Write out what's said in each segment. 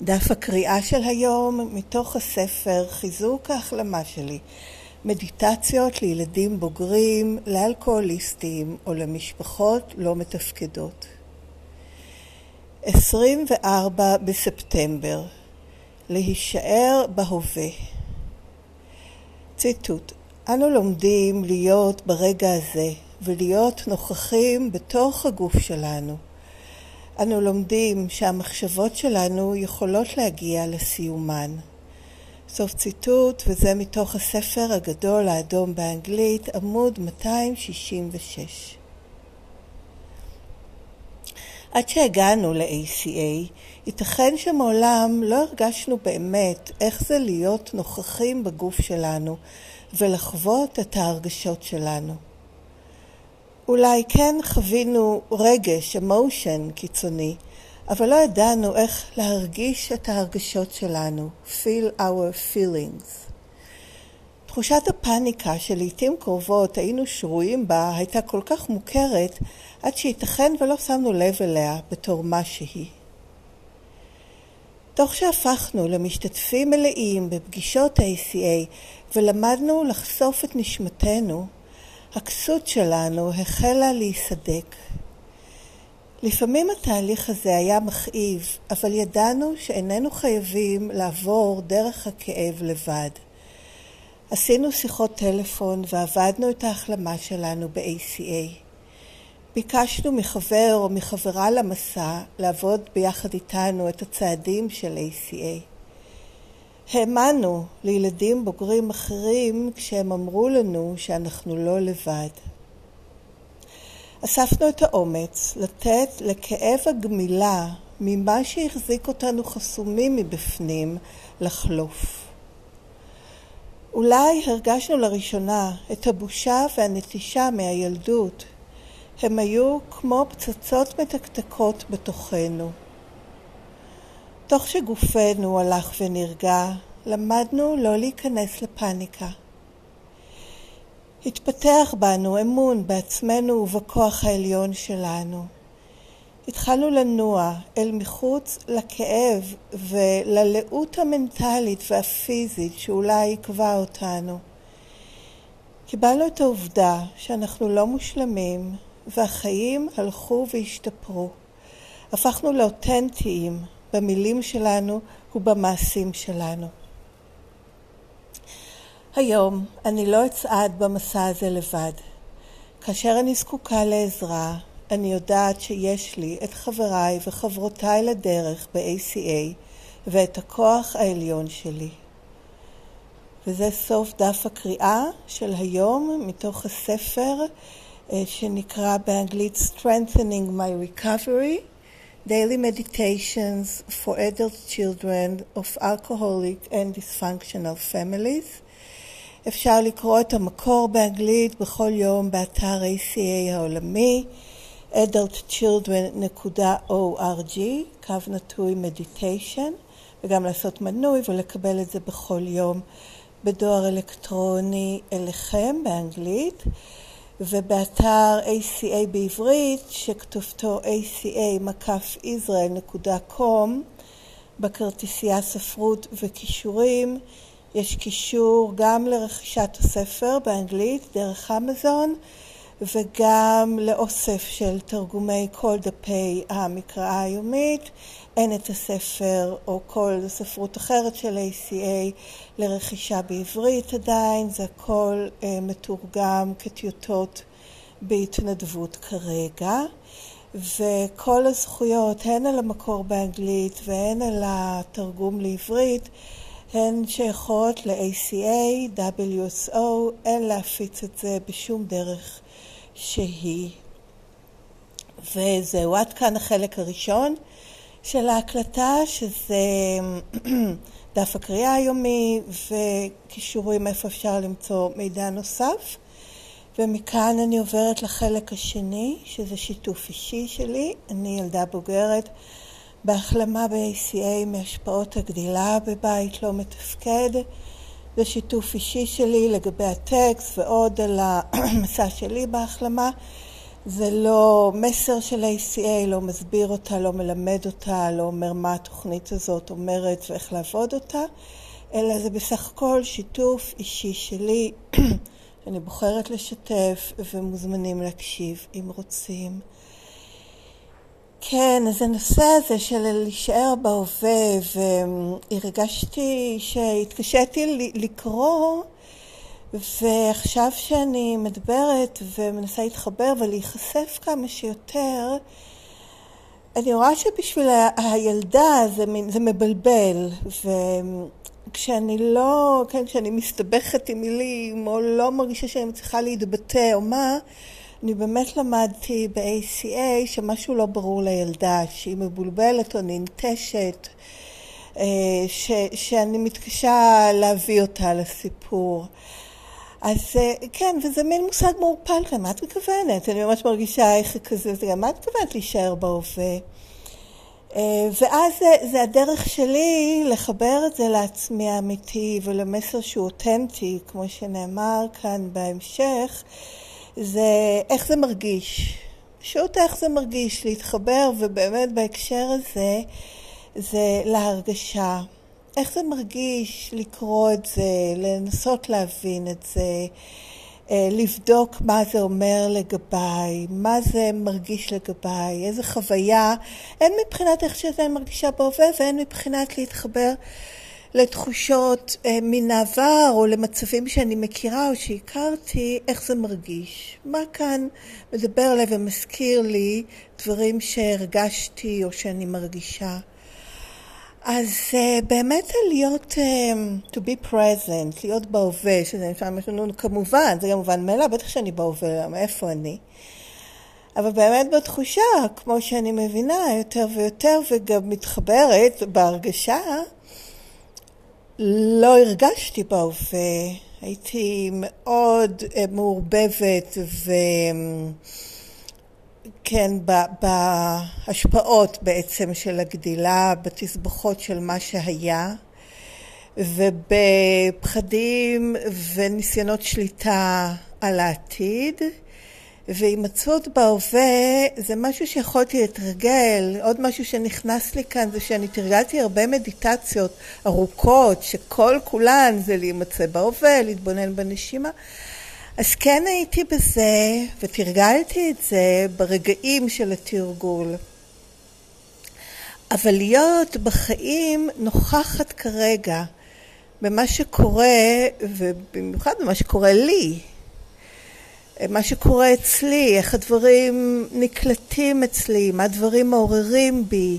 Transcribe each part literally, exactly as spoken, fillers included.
דף הקריאה של היום מתוך הספר חיזוק ההחלמה שלי, מדיטציות לילדים בוגרים, לאלכוהוליסטים או למשפחות לא מתפקדות. עשרים וארבעה בספטמבר, להישאר בהווה. ציטוט: אנו לומדים להיות ברגע הזה ולהיות נוכחים בתוך הגוף שלנו. אנו לומדים שהמחשבות שלנו יכולות להגיע לסיומן. סוף ציטוט, וזה מתוך הספר הגדול האדום באנגלית, עמוד מאתיים שישים ושש. עד שהגענו ל-איי סי איי, ייתכן שמעולם לא הרגשנו באמת איך זה להיות נוכחים בגוף שלנו ולחוות את ההרגשות שלנו. אולי כן חווינו רגש, אמושן קיצוני, אבל לא ידענו איך להרגיש את ההרגשות שלנו, feel our feelings. תחושת הפאניקה שלעיתים קרובות היינו שרויים בה הייתה כל כך מוכרת, עד שייתכן ולא שמנו לב אליה בתור מה שהיא. תוך שהפכנו למשתתפים מלאים בפגישות ה-איי סי איי ולמדנו לחשוף את נשמתנו, הכסות שלנו החלה להיסדק. לפעמים התהליך הזה היה מכאיב, אבל ידענו שאיננו חייבים לעבור דרך הכאב לבד. עשינו שיחות טלפון ועבדנו את ההחלמה שלנו ב-איי סי איי. ביקשנו מחבר או מחברה למסע לעבוד ביחד איתנו את הצעדים של איי סי איי. האמנו לילדים בוגרים אחרים כשהם אמרו לנו שאנחנו לא לבד. אספנו את האומץ לתת לכאב הגמילה ממה שהחזיק אותנו חסומים מבפנים לחלוף. אולי הרגשנו לראשונה את הבושה והנטישה מהילדות. הם היו כמו פצצות מתקתקות בתוכנו. תוך שגופנו הלך ונרגע, למדנו לא להיכנס לפאניקה. התפתח בנו אמון בעצמנו ובכוח העליון שלנו. התחלנו לנוע אל מחוץ לכאב וללאות המנטלית והפיזית שאולי יקבע אותנו. קיבלנו את העובדה שאנחנו לא מושלמים והחיים הלכו והשתפרו. הפכנו לאותנטיים במילים שלנו ובמעשים שלנו. היום אני לא אצעד במסע הזה לבד. כאשר אני זקוקה לעזרה, אני יודעת שיש לי את חבריי וחברותיי לדרך ב-איי סי איי ואת הכוח העליון שלי. וזה סוף דף הקריאה של היום מתוך הספר שנקרא באנגלית Strengthening My Recovery, Daily Meditations for Adult Children of Alcoholic and Dysfunctional Families. אפשר לקרוא את המקור באנגלית בכל יום באתר איי סי איי העולמי, אדלט צ'ילדרן דוט או אר ג'י, קו נטוי מדיטיישן, וגם לעשות מנוי ולקבל את זה בכל יום בדואר אלקטרוני אליכם באנגלית, ובאתר איי סי איי בעברית שכתובתו איי סי איי מקף ישראל דוט קום, בכרטיסייה ספרות וקישורים יש קישור גם לרכישת הספר באנגלית דרך אמזון, וגם לאוסף של תרגומי כל דפי המקראה היומית. אין את הספר או כל ספרות אחרת של איי סי איי לרכישה בעברית עדיין, זה הכל אה, מתורגם כטיוטות בהתנדבות כרגע. וכל הזכויות, הן על המקור באנגלית והן על התרגום לעברית, הן שייכות ל-איי סי איי, דאבליו אס או, אין להפיץ את זה בשום דרך שהיא. וזהו, עד כאן החלק הראשון של ההקלטה, שזה דף הקריאה היומי וקישורים איפה אפשר למצוא מידע נוסף. ומכאן אני עוברת לחלק השני, שזה שיתוף אישי שלי. אני ילדה בוגרת בהחלמה ב-איי סי איי מהשפעות הגדילה בבית לא מתפקד. זה שיתוף אישי שלי לגבי הטקסט ועוד על המסע שלי בהחלמה. זה לא מסר של ה-איי סי איי, לא מסביר אותה, לא מלמד אותה, לא אומר מה התוכנית הזאת אומרת ואיך לעבוד אותה, אלא זה בסך הכל שיתוף אישי שלי, שאני בוחרת לשתף ומוזמנים להקשיב אם רוצים. כן, אז הנושא הזה של להישאר בהווה, והרגשתי שהתקשיתי לקרוא, ועכשיו שאני מדברת ומנסה להתחבר ולהיחשף כמה שיותר, אני רואה שבשביל הילדה זה, זה מבלבל, וכשאני לא, כן, כשאני מסתבכת עם מילים, או לא מרגישה שאני מצליחה להתבטא או מה, אני באמת למדתי ב-איי סי איי שמשהו לא ברור לילדה, שהיא מבולבלת או ננטשת, ש, שאני מתקשה להביא אותה לסיפור. אז כן, וזה מין מושג מעורפל כאן, מה את מתכוונת? אני ממש מרגישה איך כזה, מה את מתכוונת להישאר בהווה? ואז זה, זה הדרך שלי לחבר את זה לעצמי האמיתי ולמסר שהוא אותנטי, כמו שנאמר כאן בהמשך, זה איך זה מרגיש. פשוט איך זה מרגיש להתחבר, ובאמת בהקשר הזה זה להרגשה. איך זה מרגיש לקרוא את זה, לנסות להבין את זה, לבדוק מה זה אומר לגביי, מה זה מרגיש לגביי, איזה חוויה, הן מבחינת איך שזה מרגישה בהווה, והן מבחינת להתחבר לתחושות מן העבר או למצבים שאני מכירה או שהכרתי, איך זה מרגיש. מה כאן מדבר עליי ומזכיר לי דברים שהרגשתי או שאני מרגישה. אז uh, באמת להיות, um, to be present, להיות בהווה, שזה נשמע משהו, כמובן, זה גם מובן מאליו, בטח שאני בהווה, מאיפה אני. אבל באמת בתחושה, כמו שאני מבינה יותר ויותר וגם מתחברת בהרגשה, לא הרגשתי בהווה. הייתי מאוד uh, מעורבבת ו... כן, בהשפעות בעצם של הגדילה, בתסבוכות של מה שהיה, ובפחדים וניסיונות שליטה על העתיד, והימצאות בהווה זה משהו שיכולתי לתרגל. עוד משהו שנכנס לי כאן זה שאני תרגלתי הרבה מדיטציות ארוכות, שכל כולן זה להימצא בהווה, להתבונן בנשימה. אז כן הייתי בזה ותרגלתי את זה ברגעים של התרגול. אבל להיות בחיים נוכחת כרגע במה שקורה, ובמיוחד במה שקורה לי, מה שקורה אצלי, איך הדברים נקלטים אצלי, מה הדברים מעוררים בי.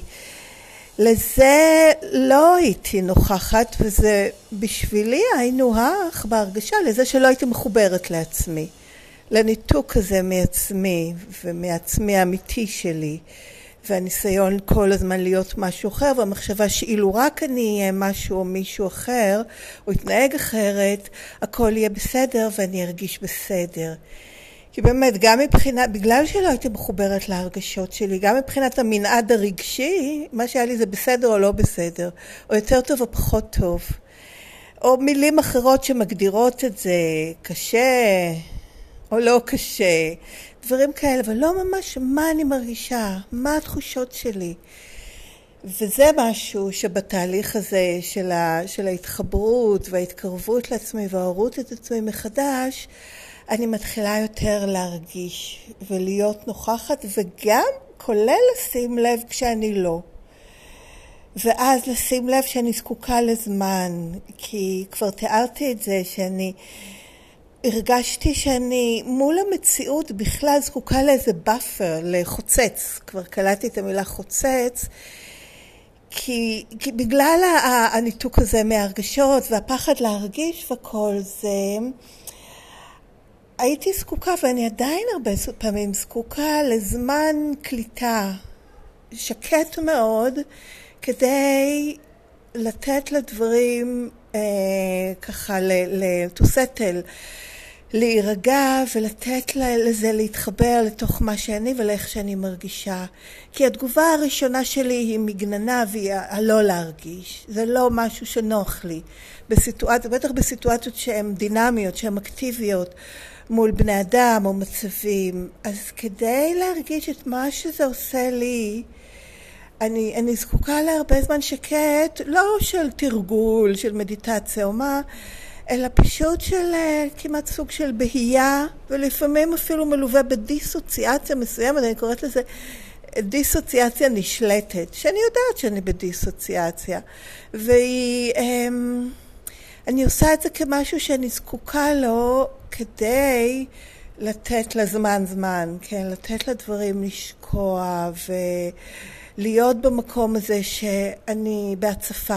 לזה לא הייתי נוכחת, וזה בשבילי היינו הך בהרגשה לזה שלא הייתי מחוברת לעצמי, לניתוק הזה מעצמי ומעצמי האמיתי שלי, והניסיון כל הזמן להיות משהו אחר, והמחשבה שאילו רק אני אהיה משהו או מישהו אחר, או יתנהג אחרת, הכל יהיה בסדר ואני ארגיש בסדר. כי באמת, גם מבחינת, בגלל שלא הייתי מחוברת להרגשות שלי, גם מבחינת המנעד הרגשי, מה שהיה לי זה בסדר או לא בסדר, או יותר טוב או פחות טוב, או מילים אחרות שמגדירות את זה, קשה או לא קשה, דברים כאלה, אבל לא ממש מה אני מרגישה, מה התחושות שלי. וזה משהו שבתהליך הזה של, ה, של ההתחברות וההתקרבות לעצמי וההורות את עצמי מחדש, אני מתחילה יותר להרגיש ולהיות נוכחת, וגם כולל לשים לב כשאני לא. ואז לשים לב שאני זקוקה לזמן, כי כבר תיארתי את זה שאני הרגשתי שאני מול המציאות בכלל זקוקה לאיזה באפר, לחוצץ. כבר קלטתי את המילה חוצץ, כי, כי בגלל הניתוק הזה מהרגשות והפחד להרגיש וכל זה, הייתי זקוקה, ואני עדיין הרבה פעמים זקוקה לזמן קליטה שקט מאוד, כדי לתת לדברים אה, ככה to settle, להירגע ולתת לזה להתחבר לתוך מה שאני ולאיך שאני מרגישה. כי התגובה הראשונה שלי היא מגננה והיא הלא להרגיש. זה לא משהו שנוח לי. בסיטואציות, בטח בסיטואציות שהן דינמיות, שהן אקטיביות, מול בני אדם או מצבים. אז כדי להרגיש את מה שזה עושה לי, אני, אני זקוקה להרבה זמן שקט, לא של תרגול, של מדיטציה או מה, אלא פשוט של כמעט סוג של בהייה, ולפעמים אפילו מלווה בדיסוציאציה מסוימת, אני קוראת לזה דיסוציאציה נשלטת, שאני יודעת שאני בדיסוציאציה, והיא, אני עושה את זה כמשהו שאני זקוקה לו כדי לתת לזמן זמן, כן, לתת לדברים לשקוע ולהיות במקום הזה שאני בהצפה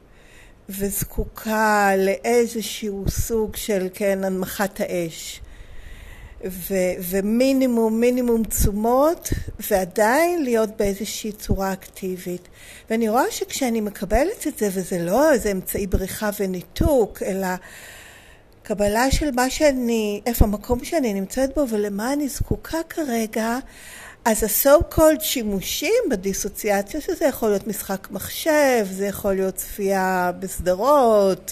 וזקוקה לאיזשהו סוג של, כן, הנמחת האש. ו- ומינימום, מינימום תשומות, ועדיין להיות באיזושהי צורה אקטיבית. ואני רואה שכשאני מקבלת את זה, וזה לא איזה אמצעי בריחה וניתוק, אלא קבלה של מה שאני, איפה המקום שאני נמצאת בו, ולמה אני זקוקה כרגע, אז ה-so called שימושים בדיסוציאציה, שזה יכול להיות משחק מחשב, זה יכול להיות צפייה בסדרות,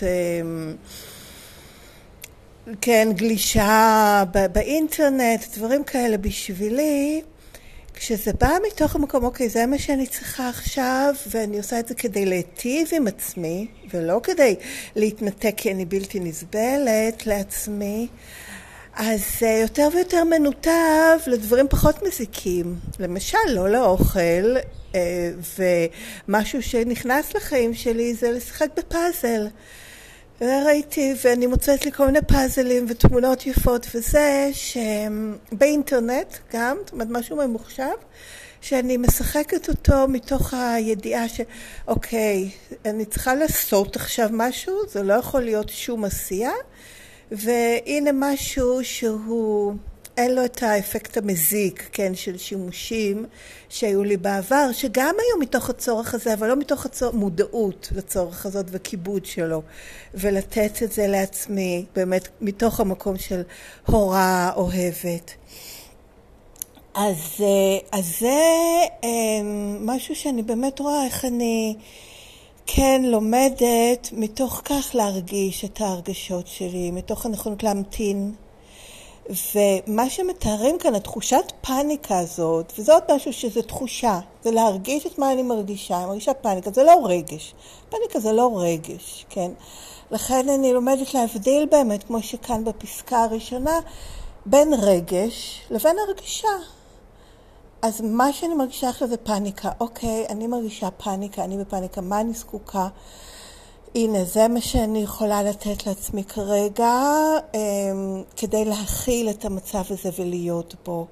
כן, גלישה באינטרנט, דברים כאלה בשבילי, כשזה בא מתוך המקום, אוקיי, זה מה שאני צריכה עכשיו, ואני עושה את זה כדי להיטיב עם עצמי, ולא כדי להתנתק כי אני בלתי נסבלת לעצמי, אז יותר ויותר מנותב לדברים פחות מזיקים. למשל, לא לאוכל, ומשהו שנכנס לחיים שלי זה לשחק בפאזל. ראיתי, ואני מוצאת לי כל מיני פאזלים ותמונות יפות וזה, שבאינטרנט גם, זאת אומרת משהו ממוחשב, שאני משחקת אותו מתוך הידיעה שאוקיי, אני צריכה לעשות עכשיו משהו, זה לא יכול להיות שום עשייה, והנה משהו שהוא, אין לו את האפקט המזיק, כן, של שימושים שהיו לי בעבר, שגם היו מתוך הצורך הזה, אבל לא מתוך הצורך, מודעות לצורך הזאת וכיבוד שלו, ולתת את זה לעצמי, באמת מתוך המקום של הוראה אוהבת. אז, אז זה משהו שאני באמת רואה איך אני כן לומדת מתוך כך להרגיש את ההרגשות שלי, מתוך הנכונות להמתין. ומה שמתארים כאן, התחושת פאניקה הזאת, וזה עוד משהו שזה תחושה, זה להרגיש את מה אני מרגישה, אני מרגישה פאניקה, זה לא רגש. פאניקה זה לא רגש, כן? לכן אני לומדת להבדיל באמת, כמו שכאן בפסקה הראשונה, בין רגש לבין הרגישה. אז מה שאני מרגישה עכשיו זה פאניקה. אוקיי, אני מרגישה פאניקה, אני בפאניקה, מה אני זקוקה? הנה, זה מה שאני יכולה לתת לעצמי כרגע, כדי להכיל את המצב הזה ולהיות בו.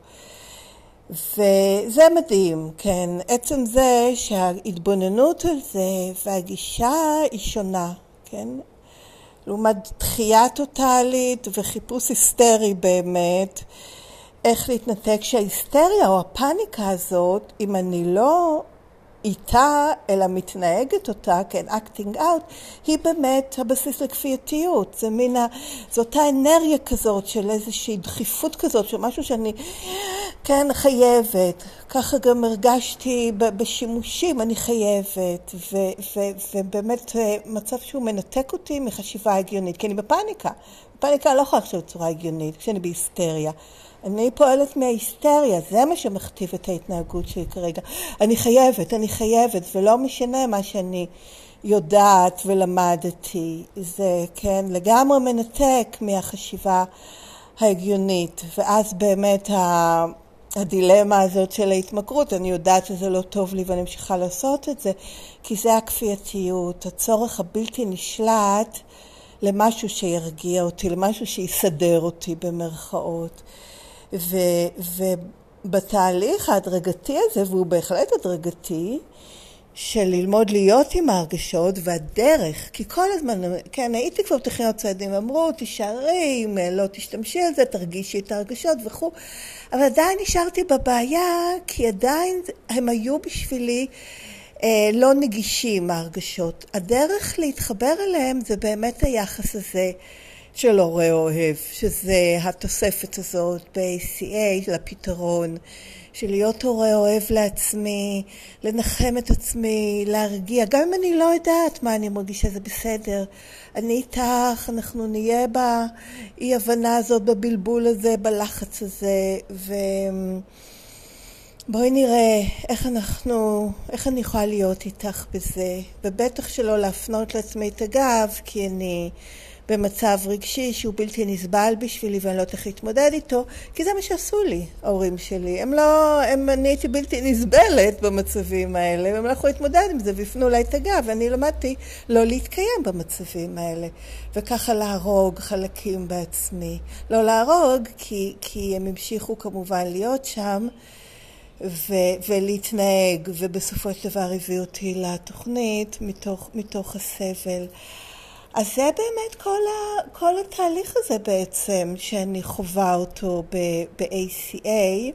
וזה מדהים, כן? עצם זה שההתבוננות על זה והגישה היא שונה, כן? לעומת דחייה טוטלית וחיפוש היסטרי באמת, איך להתנתק שההיסטריה או הפאניקה הזאת, אם אני לא איתה, אלא מתנהגת אותה, כן, acting out, היא באמת הבסיס לכפייתיות. זה מין, זו אותה אנרגיה כזאת של איזושהי דחיפות כזאת, של משהו שאני, כן, חייבת. ככה גם הרגשתי בשימושים, אני חייבת, ו, ו, ובאמת מצב שהוא מנתק אותי מחשיבה הגיונית, כי אני בפאניקה. בפאניקה לא יכולה לחשוב בצורה הגיונית, כשאני בהיסטריה. אני פועלת מההיסטריה, זה מה שמכתיב את ההתנהגות שלי כרגע. אני חייבת, אני חייבת, ולא משנה מה שאני יודעת ולמדתי. זה, כן, לגמרי מנתק מהחשיבה ההגיונית. ואז באמת הדילמה הזאת של ההתמכרות, אני יודעת שזה לא טוב לי ואני ממשיכה לעשות את זה, כי זה הכפייתיות, הצורך הבלתי נשלט למשהו שירגיע אותי, למשהו שיסדר אותי במרכאות. ו, ובתהליך ההדרגתי הזה, והוא בהחלט הדרגתי, של ללמוד להיות עם ההרגשות והדרך, כי כל הזמן, כן, הייתי כבר בתכניות צעדים, אמרו, תישארי, אם לא תשתמשי על זה, תרגישי את ההרגשות וכו', אבל עדיין נשארתי בבעיה, כי עדיין הם היו בשבילי אה, לא נגישים ההרגשות. הדרך להתחבר אליהם זה באמת היחס הזה, של הורה אוהב, שזה התוספת הזאת ב-A C A, לפתרון של להיות הורה אוהב לעצמי, לנחם את עצמי, להרגיע. גם אם אני לא יודעת מה אני מרגישה, זה בסדר. אני איתך, אנחנו נהיה באי הבנה הזאת, בבלבול הזה, בלחץ הזה, ו... בואי נראה איך אנחנו, איך אני יכולה להיות איתך בזה, ובטח שלא להפנות לעצמי את הגב, כי אני במצב רגשי שהוא בלתי נסבל בשבילי ואני לא צריך להתמודד איתו, כי זה מה שעשו לי, ההורים שלי. הם לא, הם, אני הייתי בלתי נסבלת במצבים האלה, והם לא יכולו להתמודד עם זה והפנו לה את הגב, ואני למדתי לא להתקיים במצבים האלה, וככה להרוג חלקים בעצמי. לא להרוג, כי, כי הם המשיכו כמובן להיות שם, ו- ולהתנהג, ובסופו של דבר הביא אותי לתוכנית מתוך, מתוך הסבל. אז זה באמת כל, ה- כל התהליך הזה בעצם שאני חווה אותו ב-איי סי איי,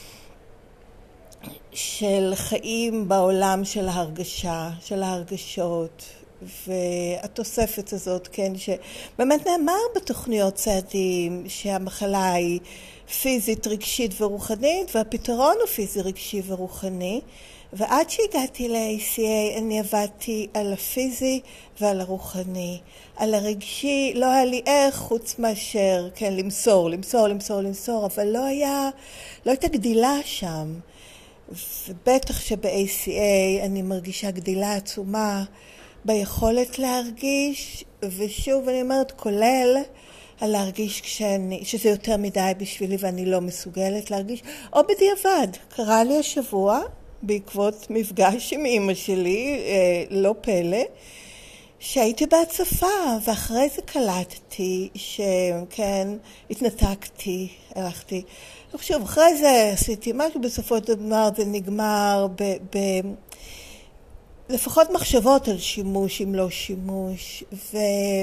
של חיים בעולם של ההרגשה, של ההרגשות, והתוספת הזאת, כן, שבאמת נאמר בתוכניות צעדים שהמחלה היא פיזית, רגשית ורוחנית, והפתרון הוא פיזי, רגשי ורוחני. ועד שהגעתי ל-איי סי איי אני עבדתי על הפיזי ועל הרוחני. על הרגשי לא היה לי איך חוץ מאשר, כן, למסור, למסור, למסור, למסור, אבל לא היה, לא הייתה גדילה שם. ובטח שב-איי סי איי אני מרגישה גדילה עצומה ביכולת להרגיש, ושוב אני אומרת, כולל על להרגיש כשאני, שזה יותר מדי בשבילי ואני לא מסוגלת להרגיש, או בדיעבד. קרה לי השבוע, בעקבות מפגש עם אמא שלי, אה, לא פלא, שהייתי בהצפה, ואחרי זה קלטתי שכן, התנתקתי, הלכתי. עכשיו, אחרי זה עשיתי משהו, בסופו של דבר זה נגמר ב... ב לפחות מחשבות על שימוש, אם לא שימוש, ו...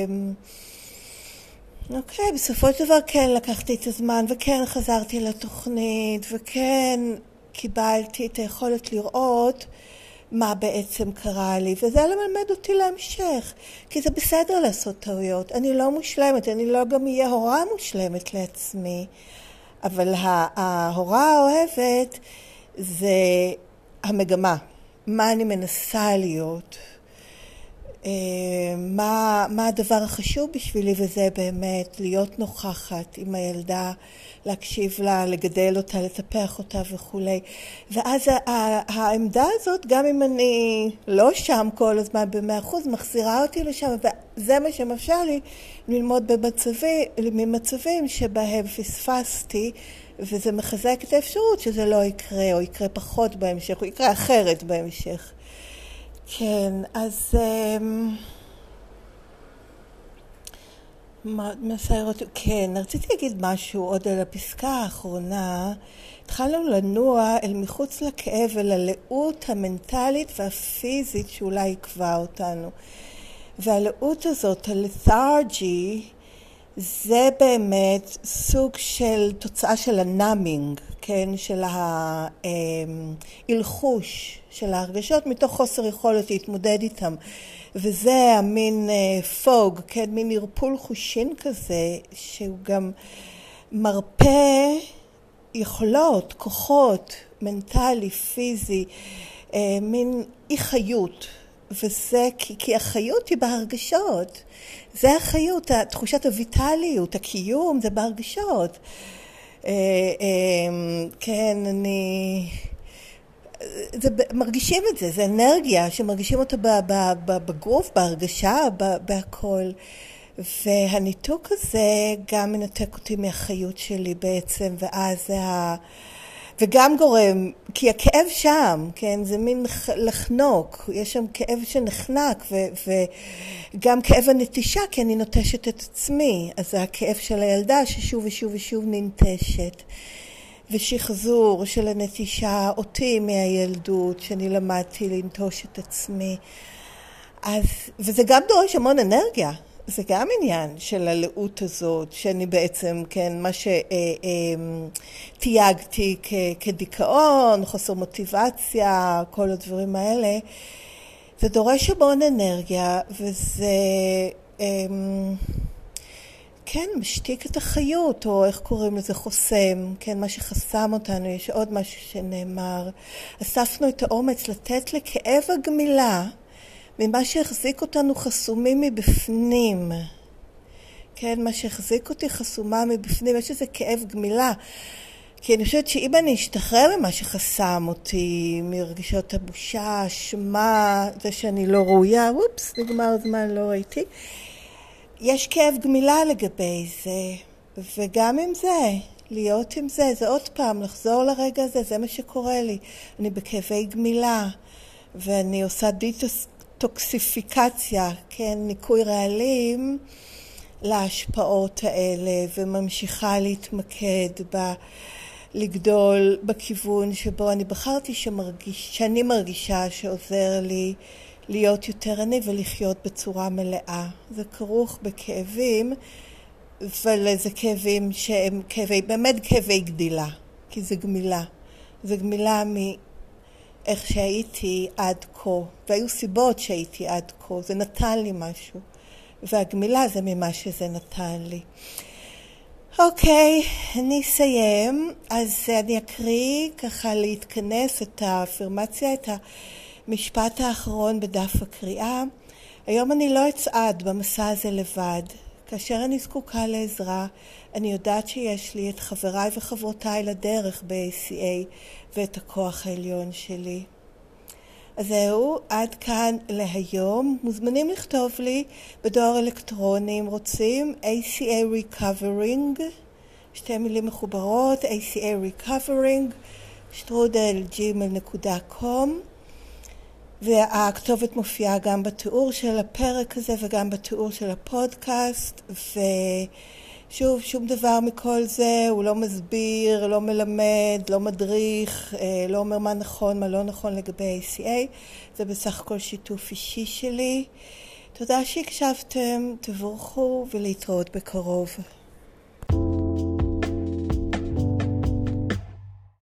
אוקיי, בסופו של דבר כן לקחתי את הזמן, וכן חזרתי לתוכנית, וכן קיבלתי את היכולת לראות מה בעצם קרה לי, וזה למלמד אותי להמשך, כי זה בסדר לעשות טעויות. אני לא מושלמת, אני לא גם אהיה הורה מושלמת לעצמי, אבל ההורה האוהבת זה המגמה, מה אני מנסה להיות, מה, מה הדבר החשוב בשבילי, וזה באמת להיות נוכחת עם הילדה, להקשיב לה, לגדל אותה, לטפח אותה וכו'. ואז העמדה הזאת, גם אם אני לא שם כל הזמן במאה אחוז, מחזירה אותי לשם, וזה מה שמאפשר לי ללמוד במצבים, ממצבים שבהם פספסתי, וזה מחזק את האפשרות שזה לא יקרה, או יקרה פחות בהמשך, או יקרה אחרת בהמשך. כן, אז מסעיר אותי, כן, רציתי להגיד משהו עוד על הפסקה האחרונה. התחלנו לנוע אל מחוץ לכאב, אל הלאות המנטלית והפיזית שאולי יקבע אותנו. והלאות הזאת, הלת'ארג'י, זה באמת סוג של תוצאה של הנאמינג, כן, של ההלחוש של ההרגשות מתוך חוסר יכולת להתמודד איתם. וזה המין פוג, כן, מין ערפול חושין כזה, שהוא גם מרפא יכולות, כוחות, מנטלי, פיזי, מין אי חיות. וזה כי, כי החיות היא בהרגשות. זה החיות, תחושת הויטליות, הקיום, זה בהרגשות. כן, אני... זה, מרגישים את זה, זה אנרגיה שמרגישים אותה בגוף, בהרגשה, בהכל. והניתוק הזה גם מנתק אותי מהחיות שלי בעצם, ואז זה ה... וגם גורם, כי הכאב שם, כן, זה מין לחנוק, יש שם כאב שנחנק, ו, וגם כאב הנטישה, כי אני נוטשת את עצמי, אז זה הכאב של הילדה ששוב ושוב ושוב ננטשת, ושחזור של הנטישה אותי מהילדות, שאני למדתי לנטוש את עצמי, אז, וזה גם דורש המון אנרגיה, זה גם עניין של הלאות הזאת, שאני בעצם, כן, מה שתייגתי כדיכאון, חוסר מוטיבציה, כל הדברים האלה, זה דורש המון אנרגיה, וזה, כן, משתיק את החיות, או איך קוראים לזה, חוסם, כן, מה שחסם אותנו. יש עוד משהו שנאמר. אספנו את האומץ לתת לכאב הגמילה, ממה שהחזיק אותנו חסומים מבפנים. כן, מה שהחזיק אותי חסומה מבפנים, יש איזה כאב גמילה. כי אני חושבת שאם אני אשתחרר ממה שחסם אותי, מרגישות הבושה, אשמה, זה שאני לא ראויה, אופס, נגמר הזמן, לא ראיתי. יש כאב גמילה לגבי זה, וגם עם זה, להיות עם זה, זה עוד פעם, לחזור לרגע הזה, זה מה שקורה לי. אני בכאבי גמילה, ואני עושה דיטוקסיפיקציה, כן, ניקוי רעלים להשפעות האלה, וממשיכה להתמקד ב... לגדול בכיוון שבו אני בחרתי שמרגיש, שאני מרגישה שעוזר לי להיות יותר אני ולחיות בצורה מלאה. זה כרוך בכאבים, אבל זה כאבים שהם כאבי, באמת כאבי גדילה, כי זה גמילה. זה גמילה מאיך שהייתי עד כה, והיו סיבות שהייתי עד כה, זה נתן לי משהו, והגמילה זה ממה שזה נתן לי. אוקיי, אני אסיים. אז אני אקריא ככה להתכנס את האפרמציה, את המשפט האחרון בדף הקריאה. היום אני לא אצעד במסע הזה לבד. כאשר אני זקוקה לעזרה, אני יודעת שיש לי את חבריי וחברותיי לדרך ב-איי סי איי ואת הכוח העליון שלי. אז זהו, עד כאן להיום. מוזמנים לכתוב לי בדואר אלקטרוני אם רוצים, איי סי איי Recovering, שתי מילים מחוברות, איי סי איי Recovering, שטרודל ג'ימייל נקודה קום, והכתובת מופיעה גם בתיאור של הפרק הזה וגם בתיאור של הפודקאסט, ושוב, שום דבר מכל זה, הוא לא מסביר, לא מלמד, לא מדריך, לא אומר מה נכון, מה לא נכון לגבי איי סי איי, זה בסך הכל שיתוף אישי שלי. תודה שהקשבתם, תבורכו ולהתראות בקרוב.